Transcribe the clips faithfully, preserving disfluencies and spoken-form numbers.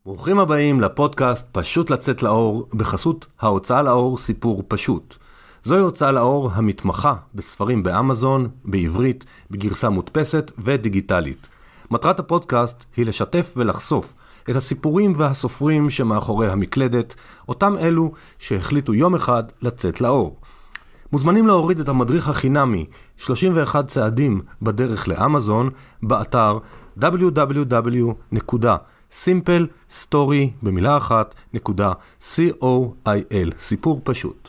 ברוכים הבאים לפודקאסט פשוט לצאת לאור בחסות ההוצאה לאור סיפור פשוט. זוהי הוצאה לאור המתמחה בספרים באמזון, בעברית, בגרסה מודפסת ודיגיטלית. מטרת הפודקאסט היא לשתף ולחשוף את הסיפורים והסופרים שמאחורי המקלדת, אותם אלו שהחליטו יום אחד לצאת לאור. מוזמנים להוריד את המדריך החינמי שלושים ואחד צעדים בדרך לאמזון באתר דאבליו דאבליו דאבליו נקודה סימפל סטורי במילה אחת נקודה סי או איי אל. סיפור פשוט.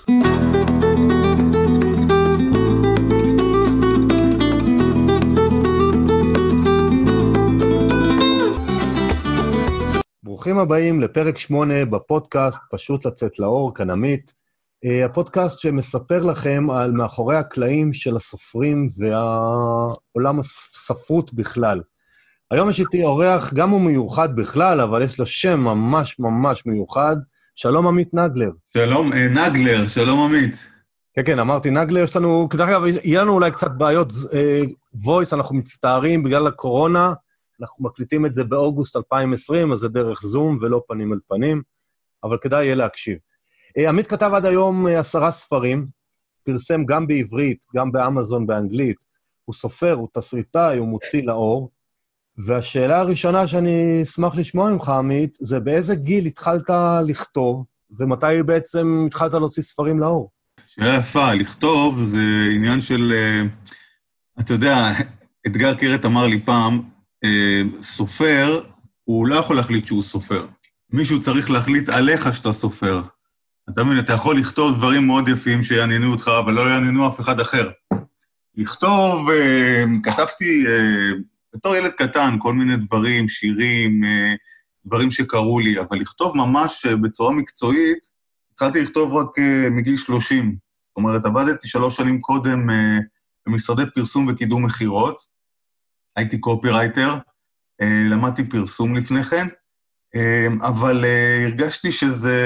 ברוכים הבאים לפרק שמונה בפודקאסט פשוט לצאת לאור, כאן עמית. הפודקאסט שמספר לכם על מאחורי הקלעים של הסופרים והעולם הספרות בכלל. היום יש איתי אורח, גם הוא מיוחד בכלל, אבל יש לו שם ממש ממש מיוחד. שלום עמית נגלר. שלום נגלר, שלום עמית. כן, כן, אמרתי נגלר, יש לנו, כדרך אגב, יהיה לנו אולי קצת בעיות וויס, אנחנו מצטערים בגלל הקורונה, אנחנו מקליטים את זה באוגוסט אלפיים ועשרים, אז זה דרך זום ולא פנים אל פנים, אבל כדאי יהיה להקשיב. עמית כתב עד היום עשרה ספרים, פרסם גם בעברית, גם באמזון באנגלית, הוא סופר, הוא תסריטאי, הוא מוציא לאור, והשאלה הראשונה שאני אשמח לשמוע ממך, עמית, זה באיזה גיל התחלת לכתוב, ומתי בעצם התחלת להוציא ספרים לאור? שאלה יפה, לכתוב זה עניין של, אתה יודע, אתגר קרת אמר לי פעם, סופר, הוא לא יכול להחליט שהוא סופר. מישהו צריך להחליט עליך שאתה סופר. אתה מבין, אתה יכול לכתוב דברים מאוד יפים שיעניינו אותך, אבל לא יעניינו אף אחד אחר. לכתוב, כתבתי בתור ילד קטן, כל מיני דברים, שירים, דברים שקראו לי, אבל לכתוב ממש בצורה מקצועית, התחלתי לכתוב רק מגיל שלושים. זאת אומרת, עבדתי שלוש שנים קודם במשרדי פרסום וקידום מחירות, הייתי קופירייטר, למדתי פרסום לפני כן, אבל הרגשתי שזה,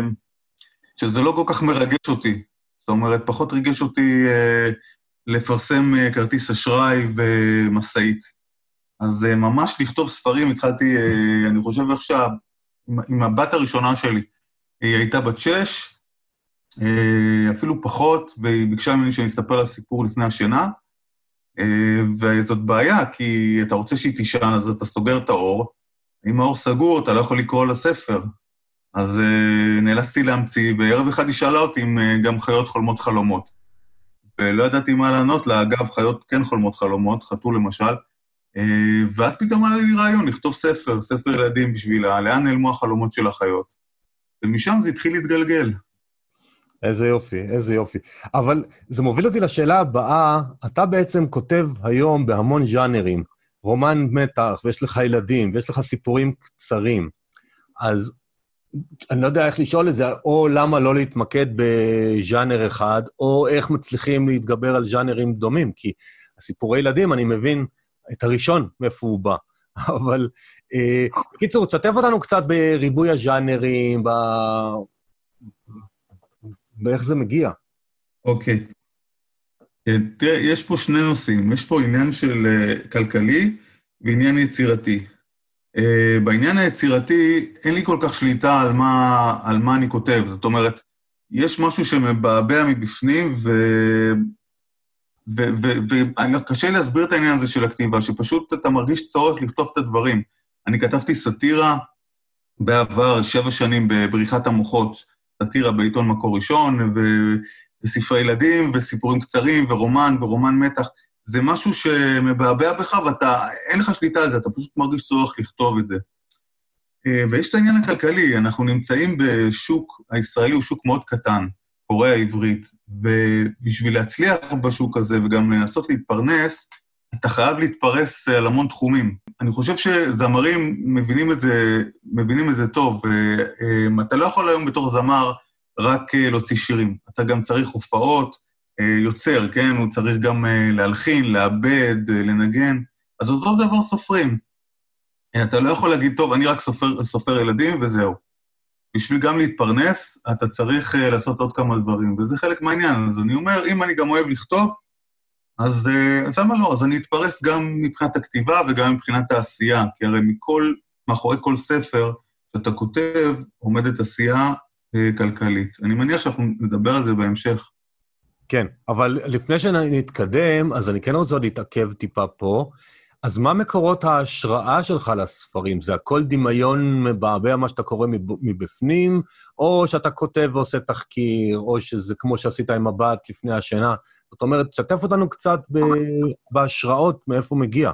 שזה לא כל כך מרגש אותי. זאת אומרת, פחות רגש אותי לפרסם כרטיס אשראי ומסעית. אז ממש לכתוב ספרים, התחלתי, אני חושב עכשיו, עם הבת הראשונה שלי. היא הייתה בת שש, אפילו פחות, והיא ביקשה ממני שאני אספר לה סיפור לפני השינה, וזאת בעיה, כי אתה רוצה שהיא תישן, אז אתה סוגר את האור, אם האור סגור, אתה לא יכול לקרוא לספר. אז נאלצתי להמציא, וערב אחד היא שאלה אותי אם גם חיות חולמות חלומות. ולא ידעתי מה לענות לה, אגב, חיות כן חולמות חלומות, חתול למשל, ואז פתאום עלה לי רעיון לכתוב ספר, ספר ילדים בשבילה, לאן נעלמו החלומות של החיות. ומשם זה התחיל להתגלגל. איזה יופי, איזה יופי. אבל זה מוביל אותי לשאלה הבאה, אתה בעצם כותב היום בהמון ז'אנרים, רומן מתח, ויש לך ילדים, ויש לך סיפורים קצרים. אז אני לא יודע איך לשאול את זה, או למה לא להתמקד בז'אנר אחד, או איך מצליחים להתגבר על ז'אנרים דומים, כי הסיפורי ילדים, אני מבין את הראשון מאיפה הוא בא. אבל, אה, בקיצור, תשתף אותנו קצת בריבוי הז'אנרים, ב... באיך זה מגיע. אוקיי. תראה, יש פה שני נושאים. יש פה עניין של כלכלי ועניין יצירתי. בעניין היצירתי, אין לי כל כך שליטה על מה, על מה אני כותב. זאת אומרת, יש משהו שמבעבע מבפנים, ו... וקשה להסביר את העניין הזה של הכתיבה, שפשוט אתה מרגיש צורך לכתוב את הדברים. אני כתבתי סאטירה בעבר, שבע שנים בבריחת המוחות, סאטירה בעיתון מקור ראשון, וספרי ילדים, וסיפורים קצרים, ורומן, ורומן מתח. זה משהו שמבעבע בך, ואתה, אין לך שליטה על זה, אתה פשוט מרגיש צורך לכתוב את זה. ויש את העניין הכלכלי, אנחנו נמצאים בשוק, הישראלי הוא שוק מאוד קטן, קורא העברית, ובשביל להצליח בשוק הזה, וגם לנסות להתפרנס, אתה חייב להתפרס על המון תחומים. אני חושב שזמרים מבינים את זה, מבינים את זה טוב, ואתה לא יכול היום בתור זמר רק להוציא שירים. אתה גם צריך הופעות, יוצר, כן? הוא צריך גם להלחין, לעבד, לנגן. אז אותו דבר סופרים. אתה לא יכול להגיד, טוב, אני רק סופר, סופר ילדים וזהו. בשביל גם להתפרנס, אתה צריך לעשות עוד כמה דברים, וזה חלק מהעניין. אז אני אומר, אם אני גם אוהב לכתוב, אז למה לא? אז אני אתפרס גם מבחינת הכתיבה וגם מבחינת העשייה, כי הרי מכל, מאחורי כל ספר, שאתה כותב, עומדת עשייה אה, כלכלית. אני מניח שאנחנו נדבר על זה בהמשך. כן, אבל לפני שנתקדם, אז אני כן רוצה עוד להתעכב טיפה פה. אז מה מקורות ההשראה שלך לספרים? זה הכל דמיון מבעבע מה שאתה קורא מבפנים, או שאתה כותב ועושה תחקיר, או שזה כמו שעשית עם מבט לפני השינה? זאת אומרת, תשתף אותנו קצת בהשראות, מאיפה מגיע.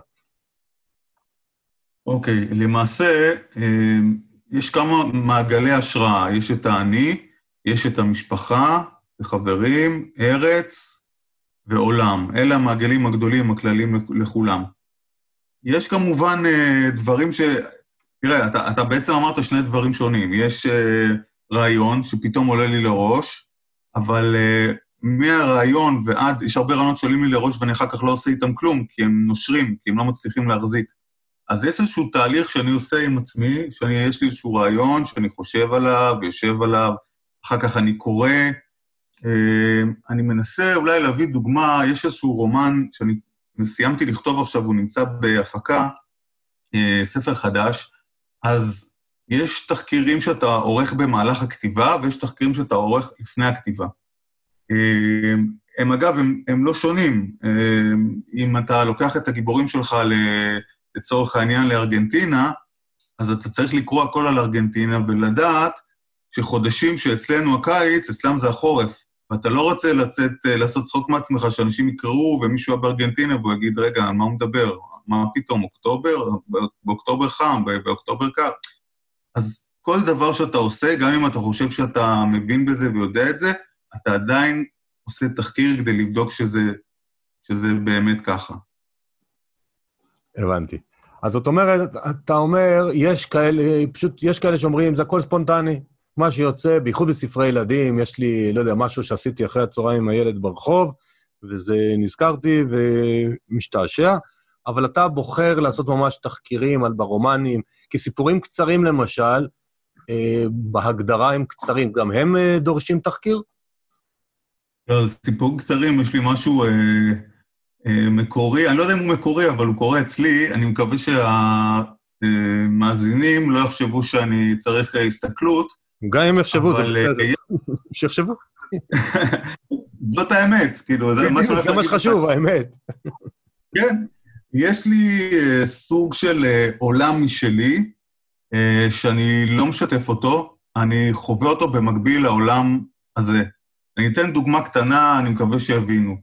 אוקיי, למעשה, יש כמה מעגלי השראה. יש את האני, יש את המשפחה, חברים, ארץ ועולם. אלה המעגלים הגדולים, הכלליים לכולם. יש כמובן דברים ש... תראה, אתה, אתה בעצם אמרת שני דברים שונים. יש רעיון שפתאום עולה לי לראש, אבל מהרעיון ועד, יש הרבה רעיונות שעולים לי לראש ואני אחר כך לא עושה איתם כלום, כי הם נושרים, כי הם לא מצליחים להחזיק. אז יש איזשהו תהליך שאני עושה עם עצמי, שיש לי איזשהו רעיון שאני חושב עליו, יושב עליו, אחר כך אני קורא, אני מנסה אולי להביא דוגמה, יש איזשהו רומן שאני סיימתי לכתוב עכשיו, הוא נמצא בהפקה, ספר חדש, אז יש תחקירים שאתה עורך במהלך הכתיבה, ויש תחקירים שאתה עורך לפני הכתיבה. הם אגב, הם, הם לא שונים. אם אתה לוקח את הגיבורים שלך לצורך העניין לארגנטינה, אז אתה צריך לקרוא הכל על ארגנטינה ולדעת שחודשים שאצלנו הקיץ, אצלם זה החורף. ואתה לא רוצה לצאת, לעשות צחוק מעצמך שאנשים יקראו ומישהו היה בארגנטינה והוא יגיד, רגע, על מה הוא מדבר? מה פתאום, אוקטובר? באוקטובר חם, באוקטובר קר. אז כל דבר שאתה עושה, גם אם אתה חושב שאתה מבין בזה ויודע את זה, אתה עדיין עושה תחקיר כדי לבדוק שזה, שזה באמת ככה. הבנתי. אז זאת אומרת, אתה אומר, יש כאלה, פשוט יש כאלה שאומרים, זה הכל ספונטני. מה שיוצא, בייחוד בספרי ילדים, יש לי, לא יודע, משהו שעשיתי אחרי הצהריים עם הילד ברחוב, וזה נזכרתי ומשתעשע, אבל אתה בוחר לעשות ממש תחקירים על ברומנים, כי סיפורים קצרים למשל, אה, בהגדרה הם קצרים, גם הם אה, דורשים תחקיר? לא, סיפורים קצרים, יש לי משהו אה, אה, מקורי, אני לא יודע אם הוא מקורי, אבל הוא קורה אצלי, אני מקווה שהמאזינים לא יחשבו שאני צריך הסתכלות, גם אם יחשבו, זה בסדר. שיחשבו. זאת האמת, כאילו, זה מה שחשוב, האמת. כן, יש לי סוג של עולם משלי, שאני לא משתף אותו, אני חווה אותו במקביל לעולם הזה. אני אתן דוגמה קטנה, אני מקווה שיבינו.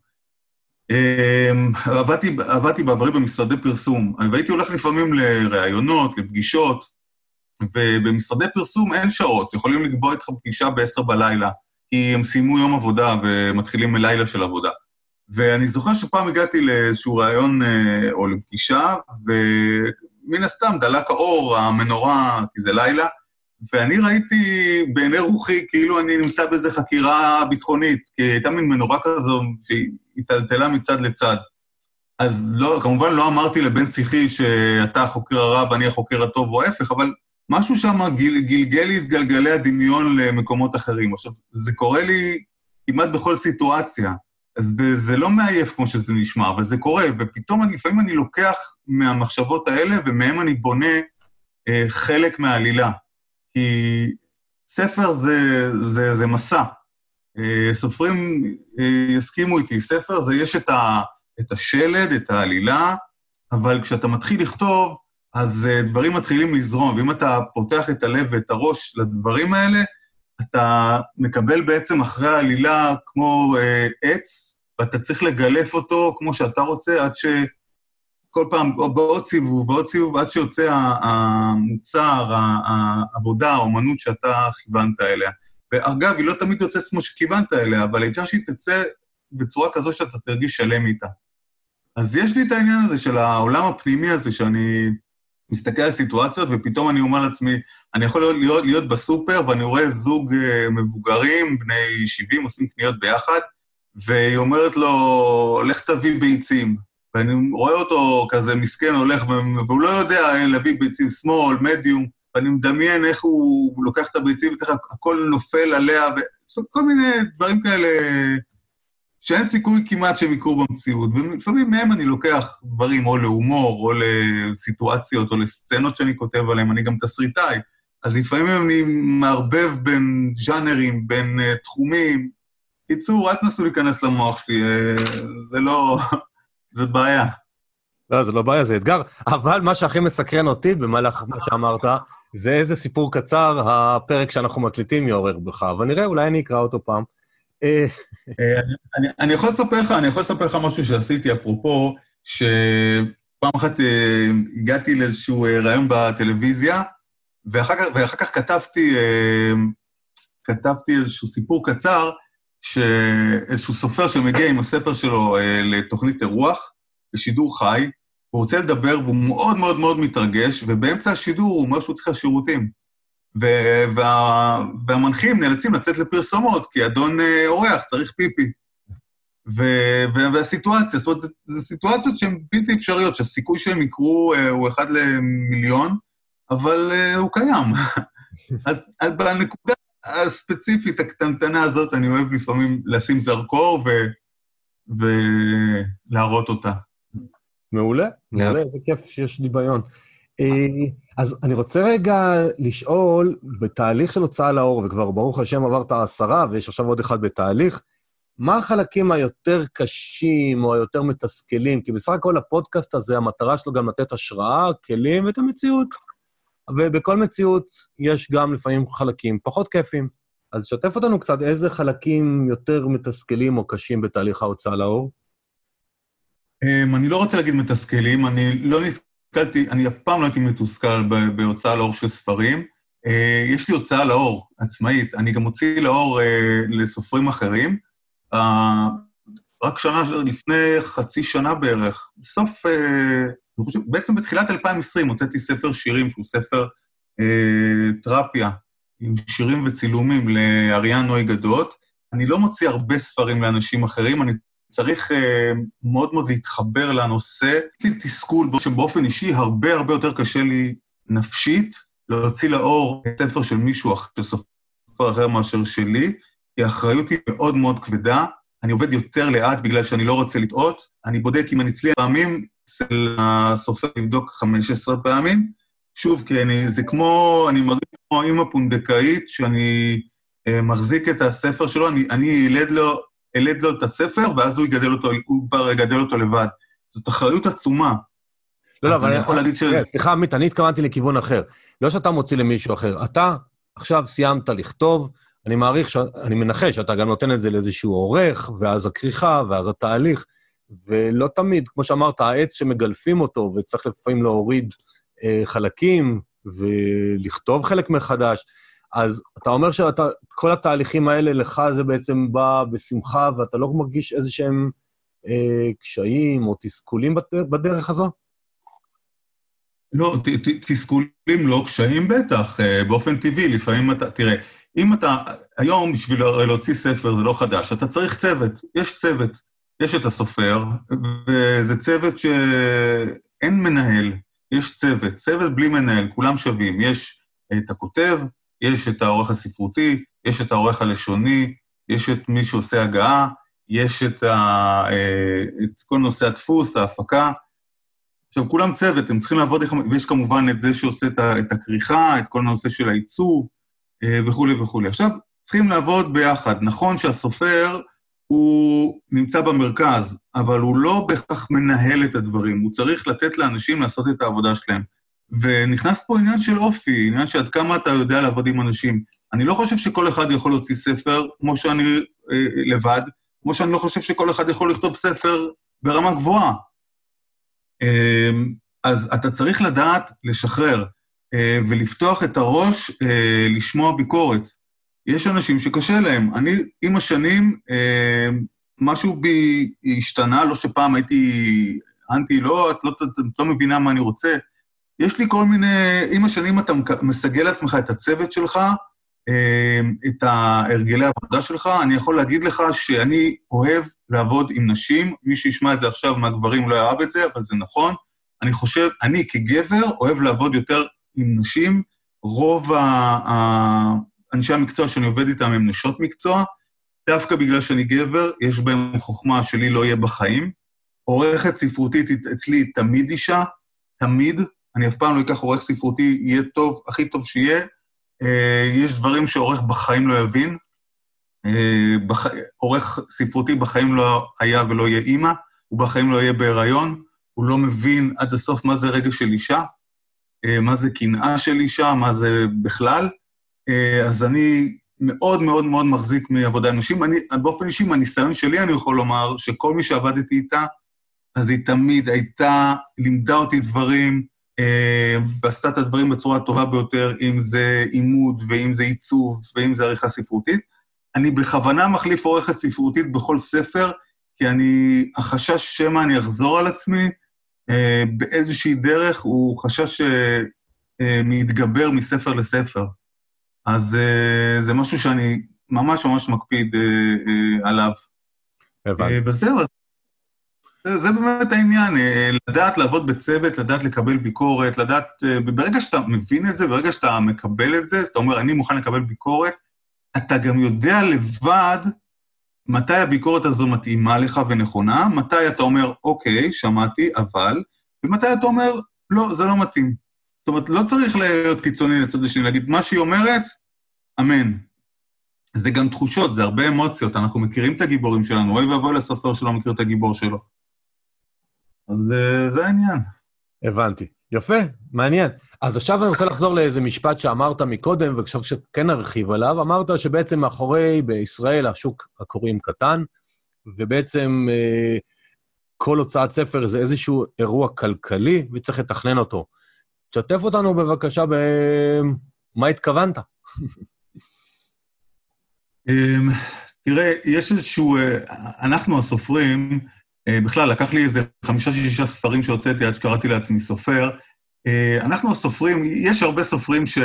עבדתי, עבדתי בעברי במשרדי פרסום, והייתי הולך לפעמים לראיונות, לפגישות, ובמשרדי פרסום אין שעות, יכולים לקבוע איתך פגישה בעשר בלילה, כי הם סיימו יום עבודה ומתחילים מלילה של עבודה. ואני זוכר שפעם הגעתי לאיזשהו ראיון או לפגישה, ומן הסתם דלק האור, המנורה, כי זה לילה, ואני ראיתי בעיני רוחי כאילו אני נמצא באיזו חקירה ביטחונית, כי הייתה מין מנורה כזו שהיא טלטלה מצד לצד. אז לא, כמובן לא אמרתי לבן שיחי שאתה החוקר הרע ואני החוקר הטוב או ההפך, אבל משהו שם גיל, גלגל לי את גלגלי הדמיון למקומות אחרים. עכשיו, זה קורה לי כמעט בכל סיטואציה, וזה לא מעייף כמו שזה נשמע, אבל זה קורה, ופתאום אני, לפעמים אני לוקח מהמחשבות האלה, ומהם אני בונה אה, חלק מהעלילה. כי ספר זה, זה, זה מסע. אה, סופרים אה, יסכימו איתי, ספר זה יש את, ה, את השלד, את העלילה, אבל כשאתה מתחיל לכתוב, אז uh, דברים מתחילים לזרום, ואם אתה פותח את הלב ואת הראש לדברים האלה, אתה מקבל בעצם אחרי העלילה כמו uh, עץ, ואתה צריך לגלף אותו כמו שאתה רוצה, עד שכל פעם, בעוד סיבוב, בעוד סיבוב, עד שיוצא המוצר, העבודה, האומנות שאתה כיוונת אליה. ואגב, היא לא תמיד יוצאת כמו שכיוונת אליה, אבל העיקר שהיא תצא בצורה כזו שאתה תרגיש שלם איתה. אז יש לי את העניין הזה של העולם הפנימי הזה, שאני מסתכל על סיטואציות, ופתאום אני אומר לעצמי, אני יכול להיות, להיות בסופר, ואני רואה זוג מבוגרים, בני שבעים, עושים קניות ביחד, והיא אומרת לו, לך תביא ביצים. ואני רואה אותו כזה מסכן הולך, והוא לא יודע להביא ביצים שמאל, מדיום, ואני מדמיין איך הוא לוקח את הביצים, והכל נופל עליה, וכל מיני דברים כאלה, שאין סיכוי כמעט שהם יקרו במציאות, ולפעמים מהם אני לוקח דברים או להומור, או לסיטואציות, או לסצנות שאני כותב עליהם, אני גם תסריטאי, אז לפעמים אני מערבב בין ז'אנרים, בין uh, תחומים. קיצור, אל תנסו להיכנס למוח שלי, uh, זה לא... זה בעיה. לא, זה לא בעיה, זה אתגר. אבל מה שהכי מסקרן אותי במהלך מה שאמרת, זה איזה סיפור קצר הפרק שאנחנו מקליטים יעורר בך, אבל נראה, אולי אני אקרא אותו פעם. אני, אני יכול לספר לך, אני יכול לספר לך משהו שעשיתי, אפרופו, שפעם אחת הגעתי לאיזשהו רעיון בטלוויזיה, ואחר כך, ואחר כך כתבתי, כתבתי איזשהו סיפור קצר, שאיזשהו סופר שמגיע עם הספר שלו לתוכנית אירוח, בשידור חי, הוא רוצה לדבר, והוא מאוד מאוד מאוד מתרגש, ובאמצע השידור הוא אומר שהוא צריך שירותים. וה... והמנחים נאלצים לצאת לפרסומות, כי אדון אורח צריך פיפי. ו... והסיטואציה, זאת אומרת, זה, זה סיטואציות שהן בלתי אפשריות, שהסיכוי שהם יקרו הוא אחד למיליון, אבל הוא קיים. אז בנקודה הספציפית, הקטנטנה הזאת, אני אוהב לפעמים לשים זרקור ו... ולהראות אותה. מעולה, מעולה, איזה כיף שיש דמיון. אז אני רוצה רגע לשאול, בתהליך של הוצאה לאור, וכבר ברוך השם עברת עשרה, ויש עכשיו עוד אחד בתהליך, מה החלקים היותר קשים או היותר מתסכלים? כי בסך הכל הפודקאסט הזה, המטרה שלו גם לתת השראה, כלים ואת המציאות. ובכל מציאות יש גם לפעמים חלקים פחות כיפים. אז שתף אותנו קצת איזה חלקים יותר מתסכלים או קשים בתהליך ההוצאה לאור? אני לא רוצה להגיד מתסכלים, אני לא נתקלתי, אני אף פעם לא הייתי מתוסכל בהוצאה לאור של ספרים. יש לי הוצאה לאור עצמאית, אני גם מוציא לאור לסופרים אחרים. רק שנה, לפני חצי שנה בערך, בסוף, אני חושב, בעצם בתחילת אלפיים ועשרים הוצאתי ספר שירים, שהוא ספר תרפיה, עם שירים וצילומים לאריאן נוי גדות. אני לא מוציא הרבה ספרים לאנשים אחרים, אני צריך uh, מאוד מאוד להתחבר לנושא. יש לי תסכול שבאופן אישי הרבה הרבה יותר קשה לי נפשית, להוציא לאור את ספר של מישהו אחר, של סופר אחר מאשר שלי, כי האחריות היא מאוד מאוד כבדה, אני עובד יותר לאט בגלל שאני לא רוצה לטעות, אני בודק אם אני אצליח פעמים, אצל הסופר לבדוק חמש עשרה פעמים, שוב, כי אני, זה כמו, אני מרגיש כמו אמא פונדקאית, שאני אה, מחזיק את הספר שלו, אני, אני אלד לו, אלד לו את הספר, ואז הוא יגדל אותו, הוא כבר יגדל אותו לבד. זאת אחריות עצומה. לא, לא, אבל אני יכול להגיד ש... סליחה, עמית, אני התכוונתי לכיוון אחר. לא שאתה מוציא למישהו אחר. אתה עכשיו סיימת לכתוב, אני מעריך, ש... אני מנחש, שאתה גם נותן את זה לאיזשהו עורך, ואז הכריכה, ואז התהליך, ולא תמיד, כמו שאמרת, העץ שמגלפים אותו, וצריך לפעמים להוריד אה, חלקים, ולכתוב חלק מחדש. אז אתה אומר שכל התהליכים האלה לך זה בעצם בא בשמחה, ואתה לא מרגיש איזשהם אה, קשיים או תסכולים בדרך הזו? לא, ת, ת, תסכולים לא, קשיים בטח, באופן טבעי, לפעמים אתה, תראה, אם אתה, היום בשביל להוציא ספר זה לא חדש, אתה צריך צוות, יש צוות, יש את הסופר, וזה צוות שאין מנהל, יש צוות, צוות בלי מנהל, כולם שווים, יש את הכותב, יש את העורך הספרותי, יש את העורך הלשוני, יש את מי שעושה הגעה, יש את, ה, את כל נושא הדפוס, ההפקה. עכשיו, כולם צוות, הם צריכים לעבוד, ויש כמובן את זה שעושה את, את הכריכה, את כל הנושא של העיצוב, וכו' וכו'. עכשיו, צריכים לעבוד ביחד. נכון שהסופר הוא נמצא במרכז, אבל הוא לא בהכרח מנהל את הדברים, הוא צריך לתת לאנשים לעשות את העבודה שלהם. ונכנס פה עניין של אופי, עניין שעד כמה אתה יודע לעבוד עם אנשים. אני לא חושב שכל אחד יכול להוציא ספר, כמו שאני אה, לבד, כמו שאני לא חושב שכל אחד יכול לכתוב ספר ברמה גבוהה. אה, אז אתה צריך לדעת לשחרר, אה, ולפתוח את הראש, אה, לשמוע ביקורת. יש אנשים שקשה להם. אני, עם השנים, אה, משהו בי השתנה, לא שפעם הייתי אנטי, לא, את לא, את לא מבינה מה אני רוצה, יש לי כל מיני, עם השנים אתה מסגל לעצמך את הצוות שלך, את ההרגלי העבודה שלך, אני יכול להגיד לך שאני אוהב לעבוד עם נשים, מי שישמע את זה עכשיו מהגברים לא יאהב את זה, אבל זה נכון, אני חושב, אני כגבר אוהב לעבוד יותר עם נשים, רוב האנשי המקצוע שאני עובד איתם הם נשות מקצוע, דווקא בגלל שאני גבר, יש בהם חוכמה שלי לא יהיה בחיים, עורכת ספרותית אצלי תמיד אישה, תמיד, אני אף פעם לא אקח עורך ספרותי, יהיה טוב, הכי טוב שיהיה, יש דברים שעורך בחיים לא יבין, עורך ספרותי בחיים לא היה ולא יהיה אימא, הוא בחיים לא יהיה בהיריון, הוא לא מבין עד הסוף מה זה רגע של אישה, מה זה קנאה של אישה, מה זה בכלל. אז אני מאוד מאוד מאוד מחזיק מעבודה עם נשים. אני, באופן אישי, מהניסיון שלי אני יכול לומר שכל מי שעבדתי איתה, אז היא תמיד הייתה, לימדה אותי דברים, ועשתה את הדברים בצורה הטובה ביותר, אם זה עימוד, ואם זה עיצוב, ואם זה עריכה ספרותית. אני בכוונה מחליף עורכת ספרותית בכל ספר, כי אני, החשש שמה אני אחזור על עצמי, באיזושהי דרך, הוא חשש מתגבר מספר לספר. אז זה משהו שאני ממש ממש מקפיד עליו. הבנתי. וזהו, זה באמת העניין, לדעת לעבוד בצוות, לדעת לקבל ביקורת, לדעת, ברגע שאתה מבין את זה, ברגע שאתה מקבל את זה, אתה אומר, אני מוכן לקבל ביקורת, אתה גם יודע לבד מתי הביקורת הזו מתאימה לך ונכונה, מתי אתה אומר, אוקיי, שמעתי, אבל, ומתי אתה אומר, לא, זה לא מתאים. זאת אומרת, לא צריך להיות קיצוני לצד השני, להגיד, מה שהיא אומרת, אמן. זה גם תחושות, זה הרבה אמוציות, אנחנו מכירים את הגיבורים שלנו, אוי ואבוי לסופר שלא מכיר את הגיבור שלו. אז זה העניין. הבנתי. יפה, מעניין. אז עכשיו אני רוצה לחזור לאיזה משפט שאמרת מקודם, ועכשיו שכן נרחיב עליו, אמרת שבעצם מאחורי בישראל השוק הקוראים קטן, ובעצם אה, כל הוצאת ספר זה איזשהו אירוע כלכלי, וצריך לתכנן אותו. תשתף אותנו בבקשה במה התכוונת. תראה, יש איזשהו, אנחנו הסופרים, בכלל, לקח לי איזה חמישה-שישה ספרים שהוצאתי עד שקראתי לעצמי סופר. אנחנו הסופרים, יש הרבה סופרים ש...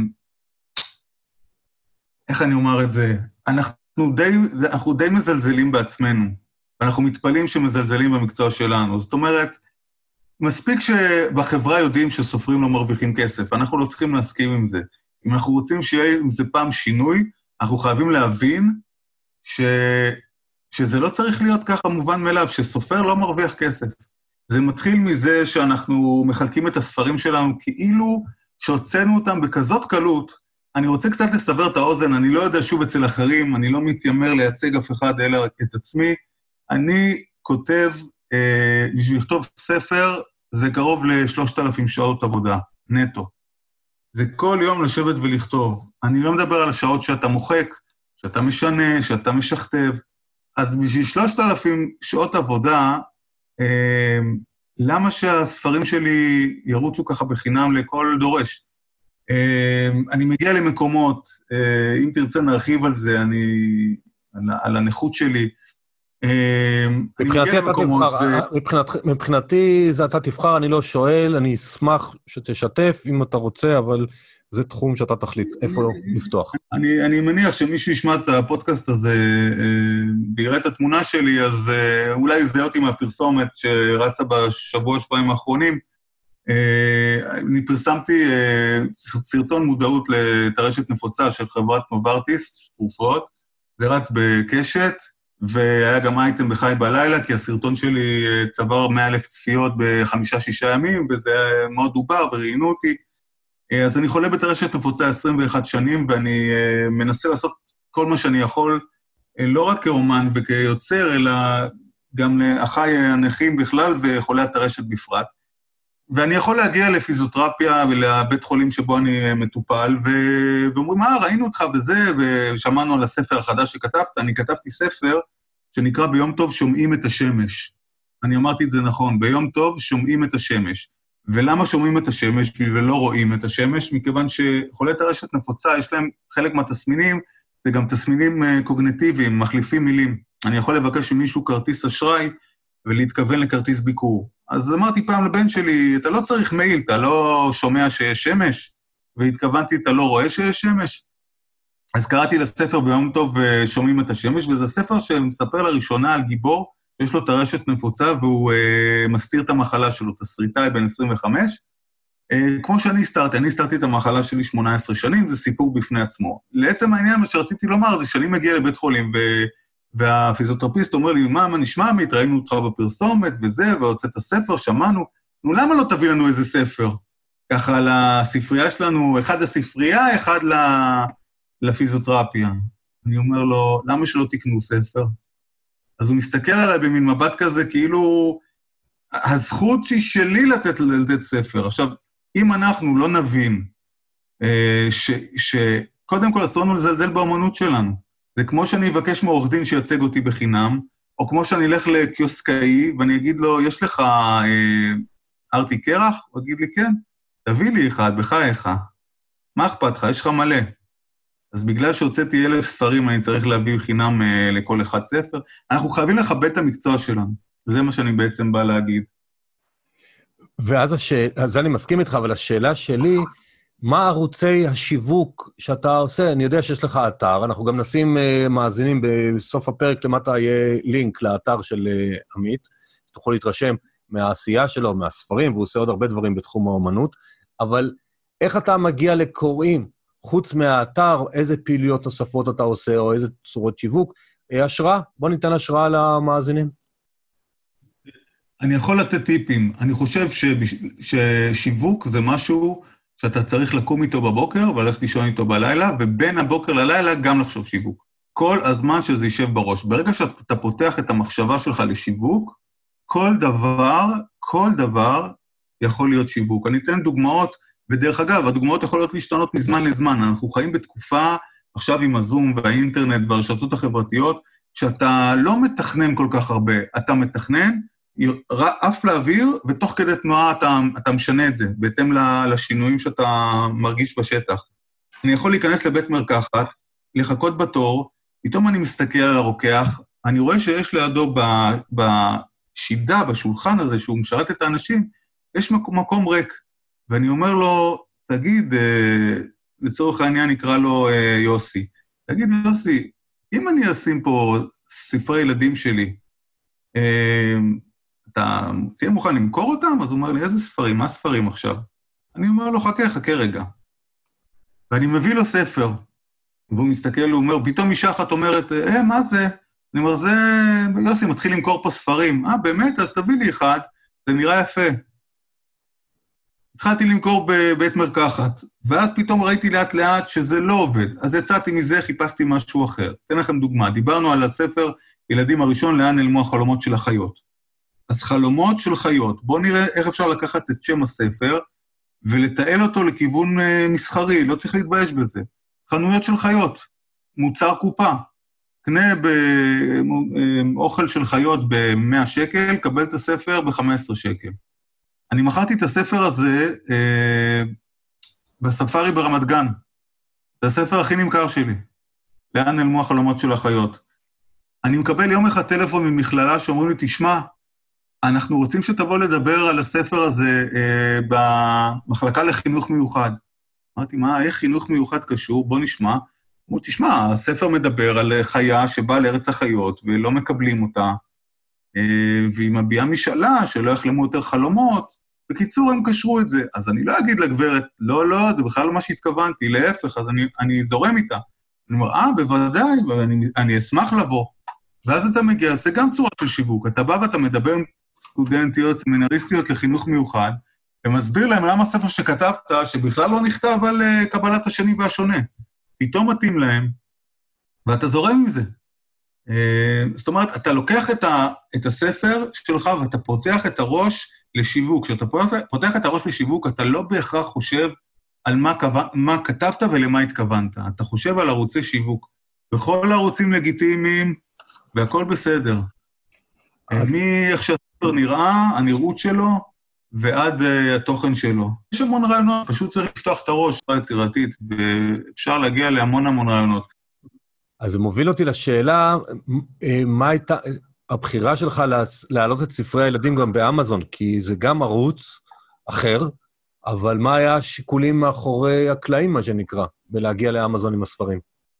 איך אני אומר את זה? אנחנו די, אנחנו די מזלזלים בעצמנו, ואנחנו מתפלאים שמזלזלים במקצוע שלנו. זאת אומרת, מספיק שבחברה יודעים שסופרים לא מרוויחים כסף, אנחנו לא צריכים להסכים עם זה. אם אנחנו רוצים שיהיה עם זה פעם שינוי, אנחנו חייבים להבין ש... שזה לא צריך להיות ככה מובן מאליו, שסופר לא מרוויח כסף. זה מתחיל מזה שאנחנו מחלקים את הספרים שלנו כאילו שהוצאנו אותם בכזאת קלות. אני רוצה קצת לסבר את האוזן, אני לא יודע שוב אצל אחרים, אני לא מתיימר לייצג אף אחד אלא את עצמי. אני כותב, אה, בשביל לכתוב ספר, זה קרוב ל-שלושת אלפים שעות עבודה, נטו. זה כל יום לשבת ולכתוב. אני לא מדבר על השעות שאתה מוחק, שאתה משנה, שאתה משכתב. אז בשביל שלושת אלפים שעות עבודה, אה, למה שהספרים שלי ירוצו ככה בחינם לכל דורש? אה, אני מגיע למקומות, אה, אם תרצה נרחיב על זה, אני, על, על הנכות שלי. אה, מבחינתי אתה תבחר, ו... מבחינת, מבחינתי זה אתה תבחר, אני לא שואל, אני אשמח שתשתף אם אתה רוצה, אבל... זה תחום שאתה תחליט, איפה לא לפתוח. אני, אני מניח שמישהו ישמע את הפודקאסט הזה, ויראה את התמונה שלי, אז אולי יזהה אותי מהפרסומת שרצה בשבוע, שבועיים האחרונים. אני פרסמתי סרטון מודעות לטרשת נפוצה של חברת נוברטיס, תרופות. זה רץ בקשת, והיה גם אייטם בחי בלילה, כי הסרטון שלי צבר מאה אלף צפיות בחמישה-שישה ימים, וזה מאוד דובר, וראיינו אותי. אז אני חולה בטרשת נפוצה עשרים ואחת שנים, ואני uh, מנסה לעשות כל מה שאני יכול, uh, לא רק כאומן וכיוצר, אלא גם לאחיי הנכים בכלל וחולי הטרשת בפרט. ואני יכול להגיע לפיזיותרפיה ולבית חולים שבו אני מטופל, ו- ואומרים, מה, ראינו אותך בזה, ושמענו על הספר החדש שכתבת. אני כתבתי ספר שנקרא ביום טוב שומעים את השמש. אני אמרתי את זה נכון, ביום טוב שומעים את השמש. ולמה שומעים את השמש ולא רואים את השמש? מכיוון שחולי טרשת נפוצה, יש להם חלק מהתסמינים, זה גם תסמינים קוגניטיביים, מחליפים מילים. אני יכול לבקש ממישהו כרטיס אשראי ולהתכוון לכרטיס ביקור. אז אמרתי פעם לבן שלי, אתה לא צריך מייל, אתה לא שומע שיש שמש, והתכוונתי, אתה לא רואה שיש שמש. אז קראתי לספר ביום טוב שומעים את השמש, וזה ספר שמספר לראשונה על גיבור, יש לו טרשת נפוצה, והוא אה, מסתיר את המחלה שלו, תסריטאי בן עשרים וחמש. אה, כמו שאני הסתרתי, אני הסתרתי את המחלה שלי שמונה עשרה שנים, זה סיפור בפני עצמו. לעצם העניין, מה שרציתי לומר, זה שאני מגיע לבית חולים, ו... והפיזיותרפיסט אומר לי, מה, מה נשמע, מי, ראינו אותך בפרסומת וזה, והוצאת הספר, שמענו. נו, למה לא תביא לנו איזה ספר? ככה לספרייה שלנו, אחד לספרייה, אחד לפיזיותרפיה. אני אומר לו, למה שלא תקנו ספר? אז הוא מסתכל עליי במין מבט כזה, כאילו, הזכות היא שלי לתת, לתת ספר. עכשיו, אם אנחנו לא נבין, ש, שקודם כל אסור לנו לזלזל באמנות שלנו, זה כמו שאני אבקש מעורך דין שיצג אותי בחינם, או כמו שאני אלך לקיוסקאי, ואני אגיד לו, יש לך אה, ארטי קרח? הוא יגיד לי, כן, תביא לי אחד, בחייך. מה אכפת לך? יש לך מלא. אז בגלל שהוצאתי אלף ספרים, אני צריך להביא חינם אה, לכל אחד ספר. אנחנו חייבים לכבד את המקצוע שלנו. זה מה שאני בעצם בא להגיד. ואז השאל... אז אני מסכים איתך, אבל השאלה שלי, מה ערוצי השיווק שאתה עושה? אני יודע שיש לך אתר, אנחנו גם נשים uh, מאזינים בסוף הפרק, למטה יהיה לינק לאתר של uh, עמית, שתוכל להתרשם מהעשייה שלו, מהספרים, והוא עושה עוד הרבה דברים בתחום האומנות, אבל איך אתה מגיע לקוראים, חוץ מהאתר, איזה פעילויות נוספות אתה עושה, או איזה צורות שיווק? השראה? בוא ניתן השראה למאזינים. אני יכול לתת טיפים. אני חושב שבש... ששיווק זה משהו שאתה צריך לקום איתו בבוקר, וללכת לישון איתו בלילה, ובין הבוקר ללילה גם לחשוב שיווק. כל הזמן שזה יישב בראש. ברגע שאתה פותח את המחשבה שלך לשיווק, כל דבר, כל דבר יכול להיות שיווק. אני אתן דוגמאות, ודרך אגב, הדוגמאות יכולות להשתנות מזמן לזמן. אנחנו חיים בתקופה, עכשיו עם הזום והאינטרנט והרשתות החברתיות, שאתה לא מתכנן כל כך הרבה, אתה מתכנן, אף לאוויר, ותוך כדי תנועה אתה, אתה משנה את זה, בהתאם לשינויים שאתה מרגיש בשטח. אני יכול להיכנס לבית מרקחת, לחכות בתור, פתאום אני מסתכל על הרוקח, אני רואה שיש לידו בשידה, בשולחן הזה, שהוא משרת את האנשים, יש מקום, מקום ריק. ואני אומר לו, תגיד, לצורך העניין נקרא לו יוסי, תגיד יוסי, אם אני אשים פה ספרי ילדים שלי, אתה תהיה מוכן למכור אותם? אז הוא אומר לי, איזה ספרים? מה ספרים עכשיו? אני אומר לו, חכה, חכה רגע. ואני מביא לו ספר, והוא מסתכל, הוא אומר, פתאום אישה אחת אומרת, אה, מה זה? אני אומר, זה, יוסי, מתחיל למכור פה ספרים. אה, באמת? אז תביא לי אחד, זה נראה יפה. התחלתי למכור בבית מרקחת, ואז פתאום ראיתי לאט לאט שזה לא עובד. אז יצאתי מזה, חיפשתי משהו אחר. אתן לכם דוגמה, דיברנו על הספר ילדים הראשון, לאן נעלמו החלומות של החיות. אז חלומות של חיות, בואו נראה איך אפשר לקחת את שם הספר, ולתעל אותו לכיוון מסחרי, לא צריך להתבייש בזה. חנויות של חיות, מוצר קופה, קנה באוכל של חיות ב-מאה שקל, קבל את הספר ב-חמישה עשר שקל. אני מכרתי את הספר הזה אה, בספארי ברמת גן. זה הספר הכי נמכר שלי. לאן נעלמו החלומות של החיות. אני מקבל יום אחד טלפון ממכללה שאומרים לי, תשמע, אנחנו רוצים שתבוא לדבר על הספר הזה אה, במחלקה לחינוך מיוחד. אמרתי, מה, איך חינוך מיוחד קשור? בוא נשמע. אמרו, תשמע, הספר מדבר על חיה שבאה לארץ החיות ולא מקבלים אותה, אה, והיא מביעה משאלה שלא יחלמו יותר חלומות. בקיצור, הם קשרו את זה. אז אני לא אגיד לגברת, לא, לא, זה בכלל לא מה שהתכוונתי, להפך, אז אני, אני זורם איתה. אני אומר, אה, בוודאי, ואני, אני אשמח לבוא. ואז אתה מגיע, זה גם צורה של שיווק. אתה בא ואתה מדבר עם סטודנטיות, סמינריסטיות לחינוך מיוחד, ומסביר להם למה הספר שכתבת, שבכלל לא נכתב על uh, קבלת השני והשונה. פתאום מתאים להם, ואתה זורם עם זה. Uh, זאת אומרת, אתה לוקח את, ה, את הספר שלך, ואתה פותח את הראש לשיווק. כשאתה פותח, פותח את הראש לשיווק, אתה לא בהכרח חושב על מה, כו, מה כתבת ולמה התכוונת. אתה חושב על ערוצי שיווק. בכל הערוצים לגיטימיים, והכל בסדר. מי איך שהספר נראה, הנראות שלו, ועד uh, התוכן שלו. יש המון רעיונות, פשוט צריך לפתוח את הראש, יצירתית, ואפשר להגיע להמון המון רעיונות. אז זה מוביל אותי לשאלה, מה הייתה הבחירה שלך להעלות את ספרי הילדים גם באמזון, כי זה גם ערוץ אחר, אבל מה היה השיקולים מאחורי הקלעים, מה שנקרא, בלהגיע לאמזון עם הספרים?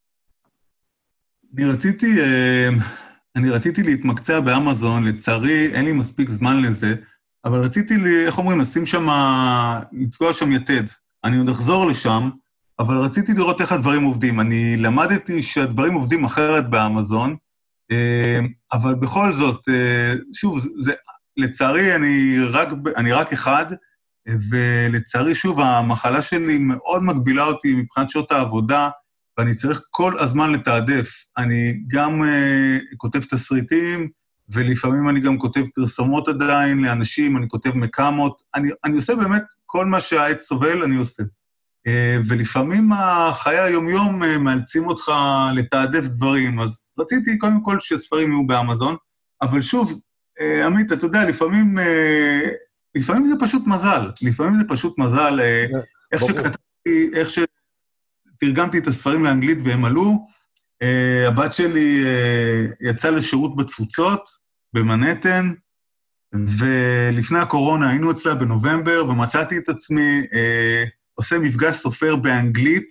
אני רציתי... Uh... אני רציתי להתמקצע באמזון, לצערי אין לי מספיק זמן לזה, אבל רציתי, לי, איך אומרים, לשים שם, לתקוע שם יתד. אני עוד אחזור לשם, אבל רציתי לראות איך הדברים עובדים. אני למדתי שהדברים עובדים אחרת באמזון, אבל בכל זאת, שוב, זה, לצערי אני רק, אני רק אחד, ולצערי, שוב, המחלה שלי מאוד מגבילה אותי מבחינת שעות העבודה, ואני צריך כל הזמן לתעדף. אני גם uh, כותב תסריטים, ולפעמים אני גם כותב פרסומות עדיין לאנשים, אני כותב מקמות, אני, אני עושה באמת כל מה שהעץ סובל, אני עושה. Uh, ולפעמים החיי היומיום uh, מאלצים אותך לתעדף דברים, אז רציתי קודם כל שספרים יהיו באמזון, אבל שוב, uh, עמית, אתה יודע, לפעמים... Uh, לפעמים זה פשוט מזל, לפעמים זה פשוט מזל, איך שכתבתי, איך שתרגמתי את הספרים לאנגלית והם עלו, הבת שלי יצאה לשירות בתפוצות, במנהטן, ולפני הקורונה היינו אצלה בנובמבר, ומצאתי את עצמי עושה מפגש סופר באנגלית,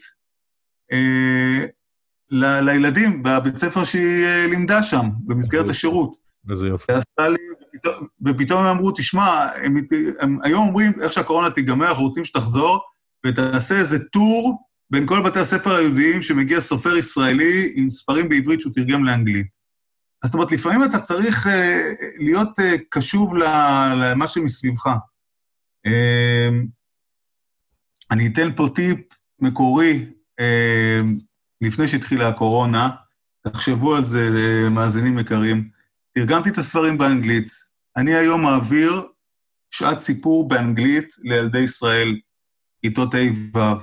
לילדים בבית ספר שהיא לימדה שם, במסגרת השירות. וזה יופי. לי, ופתאום, ופתאום הם אמרו, תשמע, הם, הם היום אומרים, איך שהקורונה תיגמר, אנחנו רוצים שתחזור, ותעשה איזה טור בין כל בתי הספר היהודיים, שמגיע סופר ישראלי עם ספרים בעברית שהוא תרגם לאנגלית. אז זאת אומרת, לפעמים אתה צריך uh, להיות uh, קשוב למה שמסביבך. Uh, אני אתן פה טיפ מקורי, uh, לפני שהתחילה הקורונה, תחשבו על זה, uh, מאזינים יקרים, תרגמתי את הספרים באנגלית. אני היום מעביר שעת סיפור באנגלית לילדי ישראל, כיתות ה' ו'.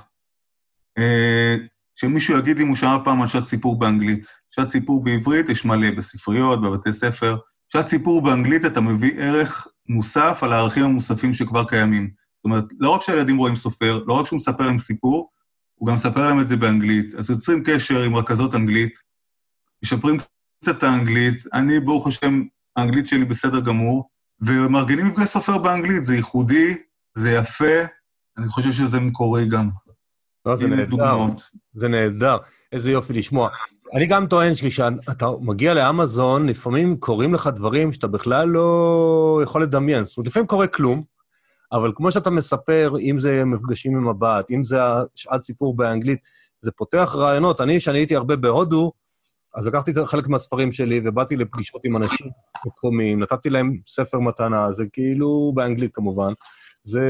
שמישהו יגיד לי אם הוא שמע פעם על שעת סיפור באנגלית. שעת סיפור בעברית יש מלא בספריות, בבתי ספר. שעת סיפור באנגלית אתה מביא ערך מוסף על הערכים המוספים שכבר קיימים. זאת אומרת, לא רק שהילדים רואים סופר, לא רק שהוא מספר להם סיפור, הוא גם מספר להם את זה באנגלית. אז יוצרים קשר עם רכזות אנגלית, משפרים קצת האנגלית, אני ברוך השם, האנגלית שלי בסדר גמור, ומארגנים מפגש סופר באנגלית, זה ייחודי, זה יפה, אני חושב שזה מקורי גם. לא, זה נהדר, זה נהדר, איזה יופי לשמוע. אני גם טוען שכשאתה מגיע לאמזון, לפעמים קוראים לך דברים שאתה בכלל לא יכול לדמיין, זאת אומרת, לפעמים קורה כלום, אבל כמו שאתה מספר, אם זה מפגשים עם הבת, אם זה שעת סיפור באנגלית, זה פותח רעיונות. אני, שאני הייתי הרבה בהודו, אז לקחתי חלק מהספרים שלי, ובאתי לפגישות עם אנשים מקומיים, נתתי להם ספר מתנה, זה כאילו באנגלית כמובן, זה,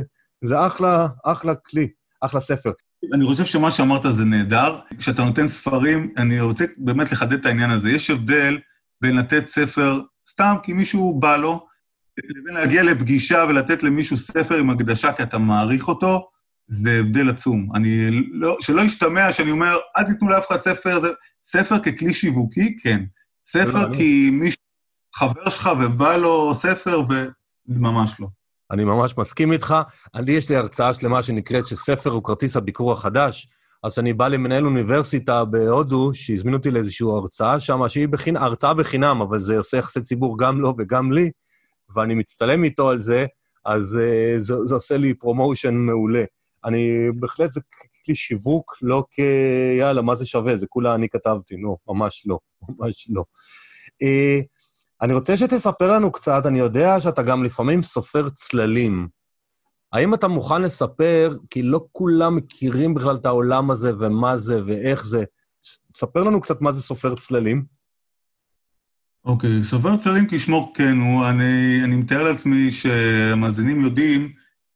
זה אחלה, אחלה כלי, אחלה ספר. אני חושב שמה שאמרת זה נהדר, כשאתה נותן ספרים, אני רוצה באמת לחדד את העניין הזה, יש הבדל בין לתת ספר, סתם כי מישהו בא לו, לבין להגיע לפגישה ולתת למישהו ספר עם הקדשה, כי אתה מעריך אותו, זה הבדל עצום. אני לא, שלא ישתמע שאני אומר, אל תיתנו לאף אחד ספר, זה, ספר ככלי שיווקי, כן. ספר כי מישהו, חבר שלך ובא לו ספר, וממש לא. אני ממש מסכים איתך. אני, יש לי הרצאה שלמה שנקראת שספר הוא כרטיס הביקור החדש, אז שאני בא למנהל אוניברסיטה בהודו, שהזמינו אותי לאיזושהי הרצאה שם, שהיא בחינם, הרצאה בחינם, אבל זה עושה יחסי ציבור גם לו וגם לי, ואני מצטלם איתו על זה, אז uh, זה, זה עושה לי פרומושן מעולה. אני, בהחלט זה כלי שיווק, לא כיאללה, מה זה שווה? זה כולה אני כתבתי, לא, ממש לא, ממש לא. Uh, אני רוצה שתספר לנו קצת, אני יודע שאתה גם לפעמים סופר צללים. האם אתה מוכן לספר, כי לא כולם מכירים בכלל את העולם הזה, ומה זה ואיך זה. תספר לנו קצת מה זה סופר צללים. אוקיי, okay, סופר צללים כשמו כן הוא, אני, אני מתאר לעצמי שהמאזינים יודעים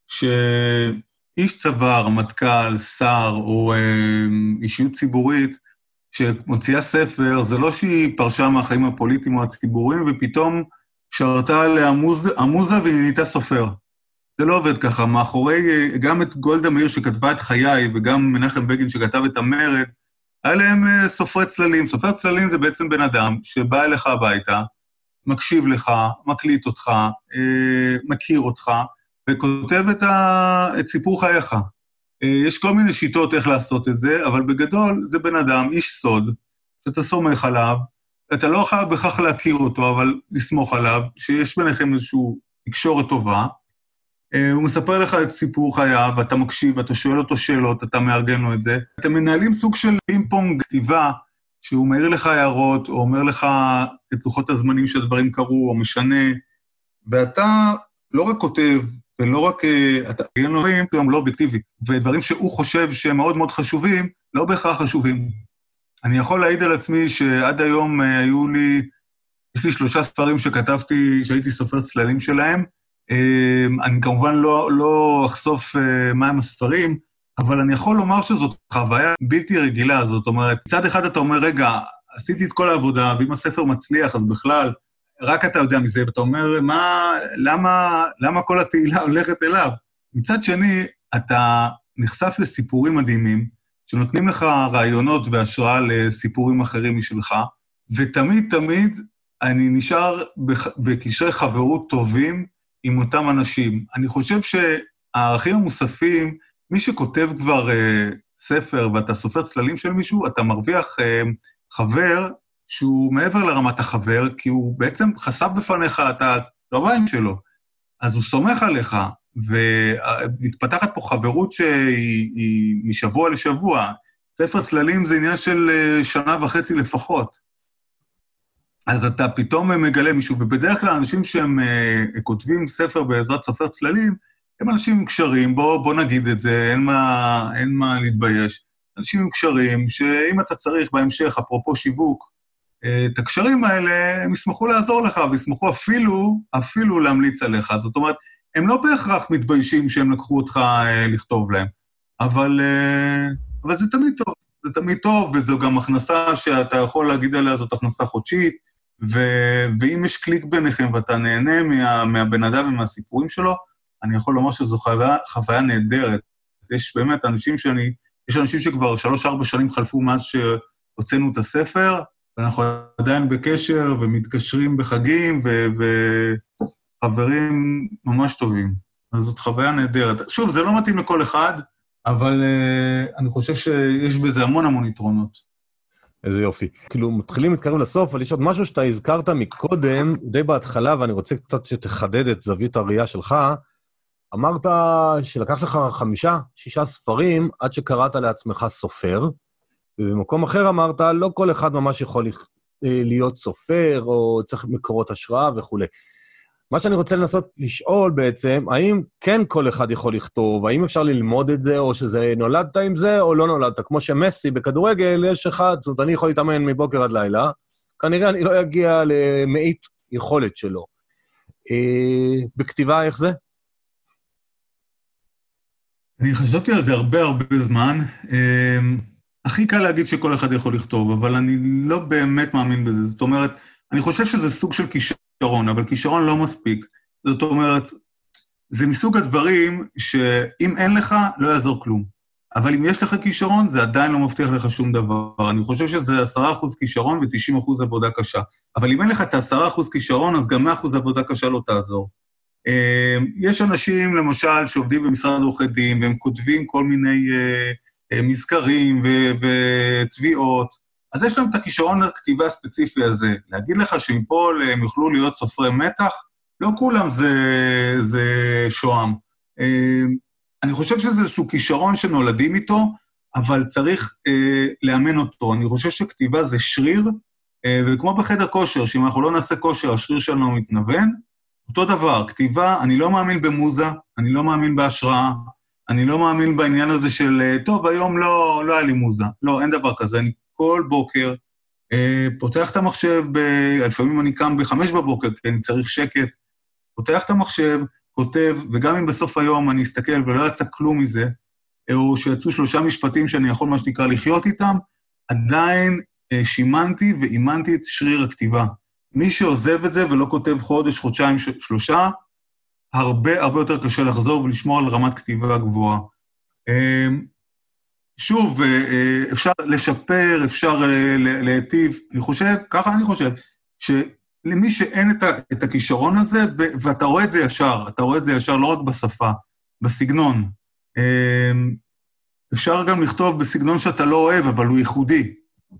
שאיש צבא, רמטכ"ל, שר או אה, אישיות ציבורית, שמוציאה ספר, זה לא שהיא פרשה מהחיים הפוליטיים או הציבוריים, ופתאום שרתה עליה המוזה והיא נהייתה סופר. זה לא עובד ככה. מאחורי, גם את גולדה מאיר שכתבה את חיי, וגם מנחם בגין שכתב את המרד, היה להם סופרי צללים. סופר צללים זה בעצם בן אדם שבא אליך הביתה, מקשיב לך, מקליט אותך, מכיר אותך, וכותב את, ה... את סיפור חייך. יש כל מיני שיטות איך לעשות את זה, אבל בגדול זה בן אדם, איש סוד, שאתה סומך עליו, אתה לא חייב בכך להכיר אותו, אבל לסמוך עליו, שיש ביניכם איזושהי תקשורת טובה, הוא מספר לך את סיפור חייו, ואתה מקשיב, ואתה שואל אותו שאלות, אתה מארגן לו את זה. אתם מנהלים סוג של פינג-פונג כתיבה, שהוא מעיר לך הערות, או אומר לך את לוחות הזמנים שהדברים קרו, או משנה, ואתה לא רק כותב, ולא רק, אתה גאים לורים, גם לא אובייקטיבי, ודברים שהוא חושב שהם מאוד מאוד חשובים, לא בהכרח חשובים. אני יכול להעיד על עצמי שעד היום היו לי, יש לי שלושה ספרים שכתבתי, שהייתי סופר צללים שלהם, אני כמובן לא, לא אחשוף מהם הספרים, אבל אני יכול לומר שזאת חוויה בלתי רגילה, זאת אומרת, מצד אחד אתה אומר, רגע, עשיתי את כל העבודה, ואם הספר מצליח, אז בכלל, רק אתה יודע מזה, ואתה אומר, מה, למה, למה כל התהילה הולכת אליו? מצד שני, אתה נחשף לסיפורים מדהימים, שנותנים לך רעיונות והשראה לסיפורים אחרים משלך, ותמיד תמיד אני נשאר בקשרי חברות טובים עם אותם אנשים. אני חושב שהערכים המוספים, מי שכותב כבר uh, ספר ואתה סופר צללים של מישהו, אתה מרוויח uh, חבר שהוא מעבר לרמת החבר, כי הוא בעצם חשף בפניך את הקרביים שלו, אז הוא סומך עליך, ומתפתחת פה חברות שהיא משבוע לשבוע. ספר צללים זה עניין של שנה וחצי לפחות. אז אתה פתאום מגלה מישהו, ובדרך כלל אנשים שהם כותבים ספר בעזרת סופר צללים, הם אנשים עם קשרים, בוא, בוא נגיד את זה, אין מה, אין מה להתבייש. אנשים עם קשרים, שאם אתה צריך בהמשך, אפרופו שיווק, את הקשרים האלה, הם ישמחו לעזור לך, וישמחו אפילו, אפילו להמליץ עליך. זאת אומרת, הם לא בהכרח מתביישים שהם לקחו אותך אה, לכתוב להם, אבל, אה, אבל זה תמיד טוב, זה תמיד טוב, וזו גם הכנסה שאתה יכול להגיד עליה, זאת הכנסה חודשית, ו, ואם יש קליק ביניכם ואתה נהנה מה, מהבן אדם ומהסיפורים שלו, אני יכול לומר שזו חוויה, חוויה נהדרת. יש באמת אנשים שאני, יש אנשים שכבר שלוש, ארבע שנים חלפו מאז שהוצאנו את הספר, ואנחנו עדיין בקשר ומתקשרים בחגים, ו... ו חברים ממש טובים. אז זאת חוויה נהדרת. שוב, זה לא מתאים לכל אחד, אבל uh, אני חושב שיש בזה המון המון יתרונות. איזה יופי. כאילו, מתחילים להתקרב לסוף, אבל יש עוד משהו שאתה הזכרת מקודם, די בהתחלה, ואני רוצה קצת שתחדד את זווית הראייה שלך. אמרת שלקח לך חמישה, שישה ספרים, עד שקראת לעצמך סופר, ובמקום אחר אמרת, לא כל אחד ממש יכול להיות סופר, או צריך מקורות השראה וכו'. מה שאני רוצה לנסות לשאול בעצם, האם כן כל אחד יכול לכתוב, האם אפשר ללמוד את זה, או שזה נולדת עם זה, או לא נולדת? כמו שמסי בכדורגל, יש אחד, זאת אומרת, אני יכול להתאמן מבוקר עד לילה, כנראה אני לא אגיע למאית יכולת שלו. אה, בכתיבה, איך זה? אני חשבתי על זה הרבה הרבה זמן. אה, הכי קל להגיד שכל אחד יכול לכתוב, אבל אני לא באמת מאמין בזה. זאת אומרת, אני חושב שזה סוג של כישרון, אבל כישרון לא מספיק. זאת אומרת, זה מסוג הדברים שאם אין לך, לא יעזור כלום. אבל אם יש לך כישרון, זה עדיין לא מבטיח לך שום דבר. אני חושב שזה עשרה אחוז כישרון ו-תשעים אחוז עבודה קשה. אבל אם אין לך את עשרה אחוז כישרון, אז גם מאה אחוז עבודה קשה לא תעזור. יש אנשים, למשל, שעובדים במשרד עורכי דין, והם כותבים כל מיני מזכרים ותביעות, אז יש להם את הכישרון לכתיבה הספציפי הזה. להגיד לך שמפה הם יוכלו להיות סופרי מתח, לא כולם זה, זה שועם. אני חושב שזה איזשהו כישרון שנולדים איתו, אבל צריך אה, לאמן אותו. אני חושב שכתיבה זה שריר, אה, וכמו בחדר כושר, שאם אנחנו לא נעשה כושר, השריר שלנו מתנוון, אותו דבר, כתיבה, אני לא מאמין במוזה, אני לא מאמין בהשראה, אני לא מאמין בעניין הזה של, טוב, היום לא, לא היה לי מוזה. לא, אין דבר כזה. אני כל בוקר אה, פותח את המחשב, ב... לפעמים אני קם בחמש בבוקר, כי אני צריך שקט, פותח את המחשב, כותב, וגם אם בסוף היום אני אסתכל ולא יצא כלום מזה, או שיצאו שלושה משפטים שאני יכול מה שנקרא לחיות איתם, עדיין אה, שימנתי ואימנתי את שריר הכתיבה. מי שעוזב את זה ולא כותב חודש, חודשיים, שלושה, הרבה הרבה יותר קשה לחזור ולשמור על רמת כתיבה גבוהה. אה, שוב, אה, אפשר לשפר, אפשר אה, להיטיב, אני חושב, ככה אני חושב, ש... למי שאין את, ה, את הכישרון הזה, ו, ואתה רואה את זה ישר, אתה רואה את זה ישר לא רק בשפה, בסגנון. אפשר גם לכתוב בסגנון שאתה לא אוהב, אבל הוא ייחודי.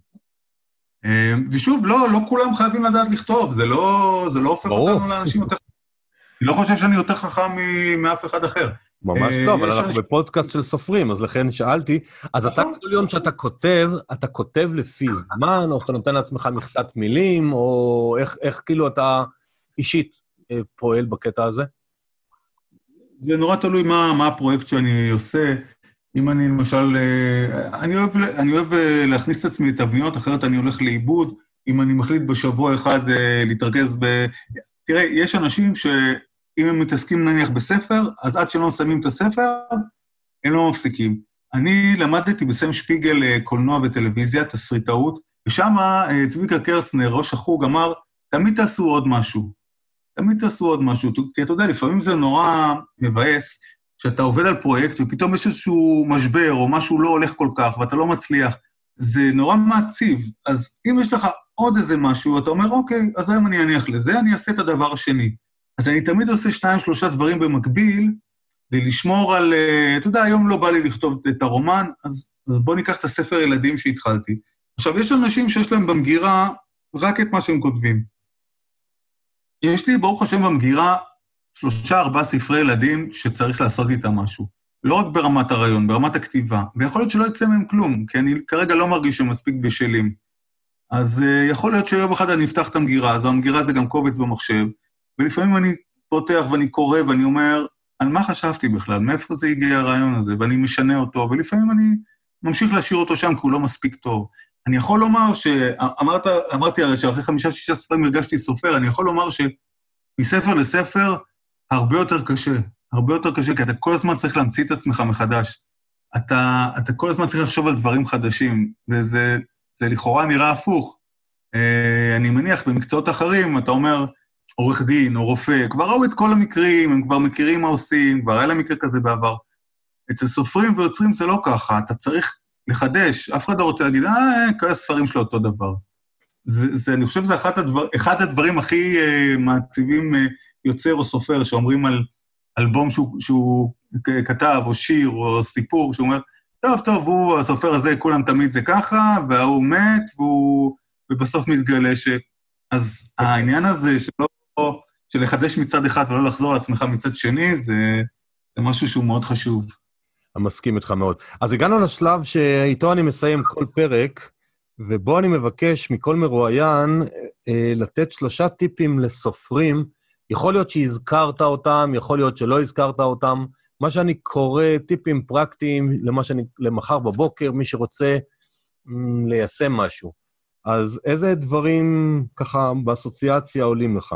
ושוב, לא, לא כולם חייבים לדעת לכתוב, זה לא, זה לא הופך אותנו לאנשים יותר... אני לא חושב שאני יותר חכם מאף אחד אחר. ממש לא, אבל אנחנו בפודקאסט של סופרים, אז לכן שאלתי, אז אתה כל יום שאתה כותב, אתה כותב לפי זמן, או שאתה נותן לעצמך מכסת מילים, או איך כאילו אתה אישית פועל בקטע הזה? זה נורא תלוי מה הפרויקט שאני עושה. אם אני למשל, אני אוהב, אני אוהב להכניס את עצמי לתבניות, אחרת אני הולך לאיבוד. אם אני מחליט בשבוע אחד להתרכז ב... תראה, יש אנשים ש... אם הם מתעסקים נניח בספר, אז עד שלא שמים את הספר, הם לא מפסיקים. אני למדתי בסם שפיגל קולנוע וטלוויזיה, תסריטאות, ושם צביקה קרצנר, ראש החוג, אמר, תמיד תעשו עוד משהו. תמיד תעשו עוד משהו, כי אתה יודע, לפעמים זה נורא מבאס, שאתה עובד על פרויקט, ופתאום יש איזשהו משבר, או משהו לא הולך כל כך, ואתה לא מצליח. זה נורא מעציב. אז אם יש לך עוד איזה משהו, אתה אומר, אוקיי, אז היום אני אניח לזה, אני אעשה את הדבר השני. אז אני תמיד עושה שניים, שלושה דברים במקביל, כדי לשמור על, אתה יודע, היום לא בא לי לכתוב את הרומן, אז, אז בוא ניקח את הספר ילדים שהתחלתי. עכשיו, יש אנשים שיש להם במגירה רק את מה שהם כותבים. יש לי, ברוך השם, במגירה, שלושה, ארבעה ספרי ילדים שצריך לעשות איתם משהו. לא רק ברמת הרעיון, ברמת הכתיבה. ויכול להיות שלא יצא מהם כלום, כי אני כרגע לא מרגיש שהם מספיק בשלים. אז uh, יכול להיות שיום אחד אני אפתח את המגירה, אז המגירה זה גם קובץ במחשב, ולפעמים אני פותח ואני קורא ואני אומר, על מה חשבתי בכלל? מאיפה זה הגיע הרעיון הזה? ואני משנה אותו, ולפעמים אני ממשיך להשאיר אותו שם, כי הוא לא מספיק טוב. אני יכול לומר שאמרת, אמרתי הרי שאחרי חמישה, שישה ספרים הרגשתי סופר, אני יכול לומר שמספר לספר הרבה יותר קשה, הרבה יותר קשה, כי אתה כל הזמן צריך להמציא את עצמך מחדש. אתה, אתה כל הזמן צריך לחשוב על דברים חדשים, וזה זה לכאורה נראה הפוך. אני מניח במקצועות אחרים, אתה אומר, עורך דין או רופא, כבר ראו את כל המקרים, הם כבר מכירים מה עושים, כבר היה להם מקרה כזה בעבר. אצל סופרים ויוצרים זה לא ככה, אתה צריך לחדש, אף אחד לא רוצה להגיד, אה, כל הספרים שלו אותו דבר. זה, זה, אני חושב שזה אחד, הדבר, אחד הדברים הכי uh, מעציבים uh, יוצר או סופר, שאומרים על אלבום שהוא, שהוא כתב, או שיר, או סיפור, שהוא אומר, טוב, טוב, הוא, הסופר הזה, כולם תמיד זה ככה, והוא מת, והוא, ובסוף מתגלה ש... אז העניין הזה שלא, של לחדש מצד אחד ולא לחזור לעצמך מצד שני, זה, זה משהו שהוא מאוד חשוב. אני מסכים איתך מאוד. אז הגענו לשלב שאיתו אני מסיים כל פרק, ובו אני מבקש מכל מרואיין אה, לתת שלושה טיפים לסופרים, יכול להיות שהזכרת אותם, יכול להיות שלא הזכרת אותם, מה שאני קורא טיפים פרקטיים למה שאני, למחר בבוקר, מי שרוצה מ, ליישם משהו. אז איזה דברים ככה באסוציאציה עולים לך?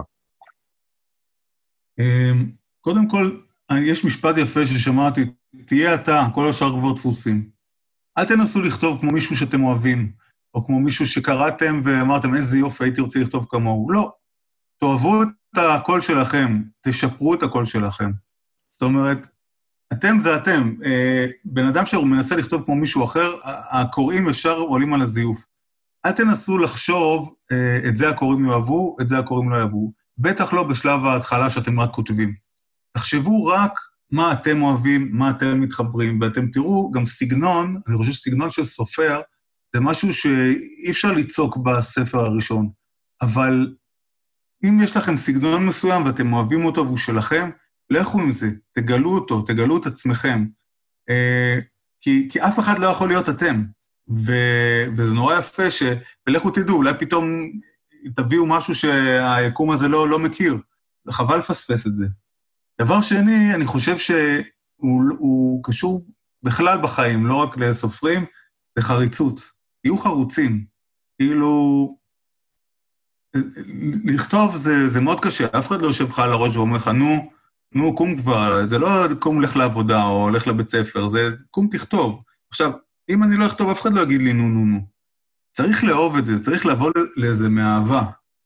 קודם כל, יש משפט יפה ששמעתי, תהיה אתה, כל השאר כבר דפוסים. אל תנסו לכתוב כמו מישהו שאתם אוהבים, או כמו מישהו שקראתם ואמרתם, איזה יופי, הייתי רוצה לכתוב כמוהו. לא. תאהבו את הקול שלכם, תשפרו את הקול שלכם. זאת אומרת, אתם זה אתם. בן אדם שהוא מנסה לכתוב כמו מישהו אחר, הקוראים ישר עולים על הזיוף. אל תנסו לחשוב, את זה הקוראים יאהבו, את זה הקוראים לא יאהבו. בטח לא בשלב ההתחלה שאתם רק כותבים. תחשבו רק מה אתם אוהבים, מה אתם מתחברים, ואתם תראו גם סגנון, אני חושב שסגנון של סופר, זה משהו שאי אפשר ליצוק בספר הראשון, אבל אם יש לכם סגנון מסוים ואתם אוהבים אותו והוא שלכם, לכו עם זה, תגלו אותו, תגלו את עצמכם, כי, כי אף אחד לא יכול להיות אתם, ו, וזה נורא יפה ש... ולכו תדעו, אולי פתאום תביאו משהו שהיקום הזה לא, לא מכיר, חבל לפספס את זה. דבר שני, אני חושב שהוא קשור בכלל בחיים, לא רק לסופרים, זה חריצות. יהיו חרוצים. כאילו, לכתוב זה, זה מאוד קשה, אף אחד לא יושב לך על הראש ואומר לך, נו, נו, קום כבר, זה לא קום לך לעבודה או הולך לבית ספר, זה קום תכתוב. עכשיו, אם אני לא אכתוב, אף אחד לא יגיד לי נו, נו, נו. צריך לאהוב את זה, צריך לבוא לזה מאהבה.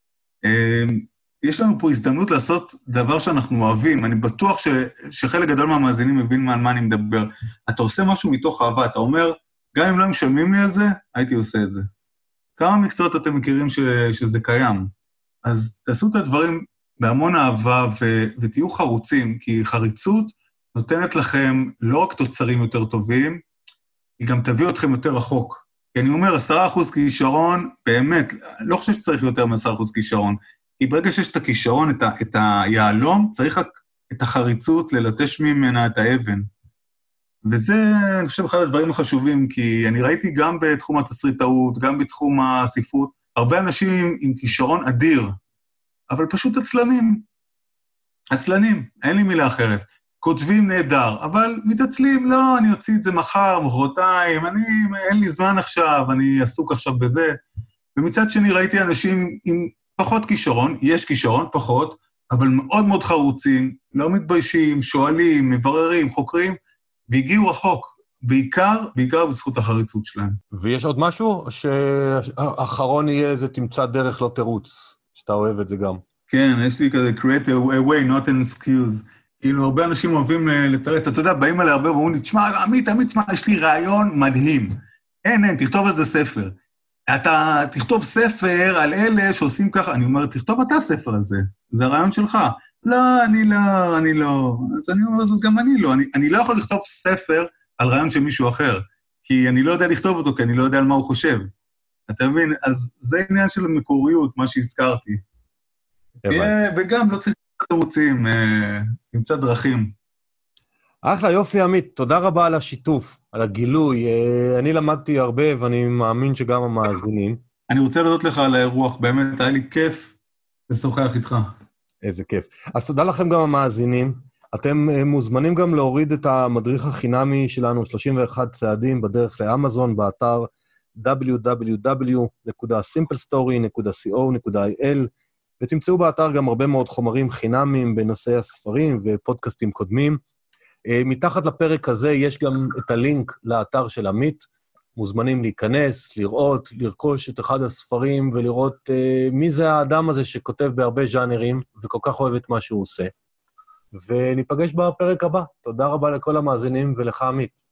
יש לנו פה הזדמנות לעשות דבר שאנחנו אוהבים, אני בטוח ש, שחלק גדול מהמאזינים מבין על מה אני מדבר. אתה עושה משהו מתוך אהבה, אתה אומר, גם אם לא משלמים לי על זה, הייתי עושה את זה. כמה מקצועות אתם מכירים ש, שזה קיים? אז תעשו את הדברים בהמון אהבה ו, ותהיו חרוצים, כי חריצות נותנת לכם לא רק תוצרים יותר טובים, היא גם תביא אתכם יותר רחוק. כי אני אומר, עשרה אחוז כישרון, באמת, לא חושב שצריך יותר מ-עשרה אחוז כישרון, כי ברגע שיש את הכישרון, את, ה, את היעלום, צריך רק את החריצות ללטש ממנה את האבן. וזה, אני חושב, אחד הדברים החשובים, כי אני ראיתי גם בתחום התסריטאות, גם בתחום הספרות, הרבה אנשים עם כישרון אדיר, אבל פשוט עצלנים. עצלנים, אין לי מילה אחרת. כותבים נהדר, אבל מתעצלים, לא, אני אוציא את זה מחר, מחרתיים, אני, אין לי זמן עכשיו, אני עסוק עכשיו בזה. ומצד שני ראיתי אנשים עם פחות כישרון, יש כישרון, פחות, אבל מאוד מאוד חרוצים, לא מתביישים, שואלים, מבררים, חוקרים, והגיעו רחוק, בעיקר, בעיקר בזכות החריצות שלהם. ויש עוד משהו? שהאחרון יהיה איזה תמצא דרך לא תירוץ, שאתה אוהב את זה גם. כן, יש לי כזה create a way, not an excuse. כאילו, הרבה אנשים אוהבים לתרץ, אתה יודע, באים עליה הרבה ואומרים לי, תשמע, עמית, עמית, תשמע, יש לי רעיון מדהים. אין, אין, תכתוב איזה ספר. אתה תכתוב ספר על אלה שעושים ככה, אני אומר, תכתוב אתה ספר על זה, זה הרעיון שלך. לא, אני לא, אני לא. אז אני אומר, זאת גם אני לא. אני, אני לא יכול לכתוב ספר על רעיון של מישהו אחר, כי אני לא יודע לכתוב אותו, כי אני לא יודע על מה הוא חושב. אתה מבין? אז זה עניין של מקוריות, מה שהזכרתי. וגם לא צריך תירוצים, נמצא דרכים. אחלה, יופי עמית, תודה רבה על השיתוף, על הגילוי. אני למדתי הרבה ואני מאמין שגם המאזינים. אני רוצה להודות לך על האירוח, באמת היה לי כיף לשוחח איתך. איזה כיף. אז תודה לכם גם המאזינים. אתם מוזמנים גם להוריד את המדריך החינמי שלנו, שלושים ואחד צעדים בדרך לאמזון, באתר דאבליו דאבליו דאבליו נקודה סימפל סטורי נקודה סי או נקודה איי אל, ותמצאו באתר גם הרבה מאוד חומרים חינמיים בנושא הספרים ופודקאסטים קודמים. מתחת לפרק הזה יש גם את הלינק לאתר של עמית, מוזמנים להיכנס, לראות, לרכוש את אחד הספרים ולראות uh, מי זה האדם הזה שכותב בהרבה ז'אנרים וכל כך אוהב את מה שהוא עושה. וניפגש בפרק הבא. תודה רבה לכל המאזינים ולך עמית.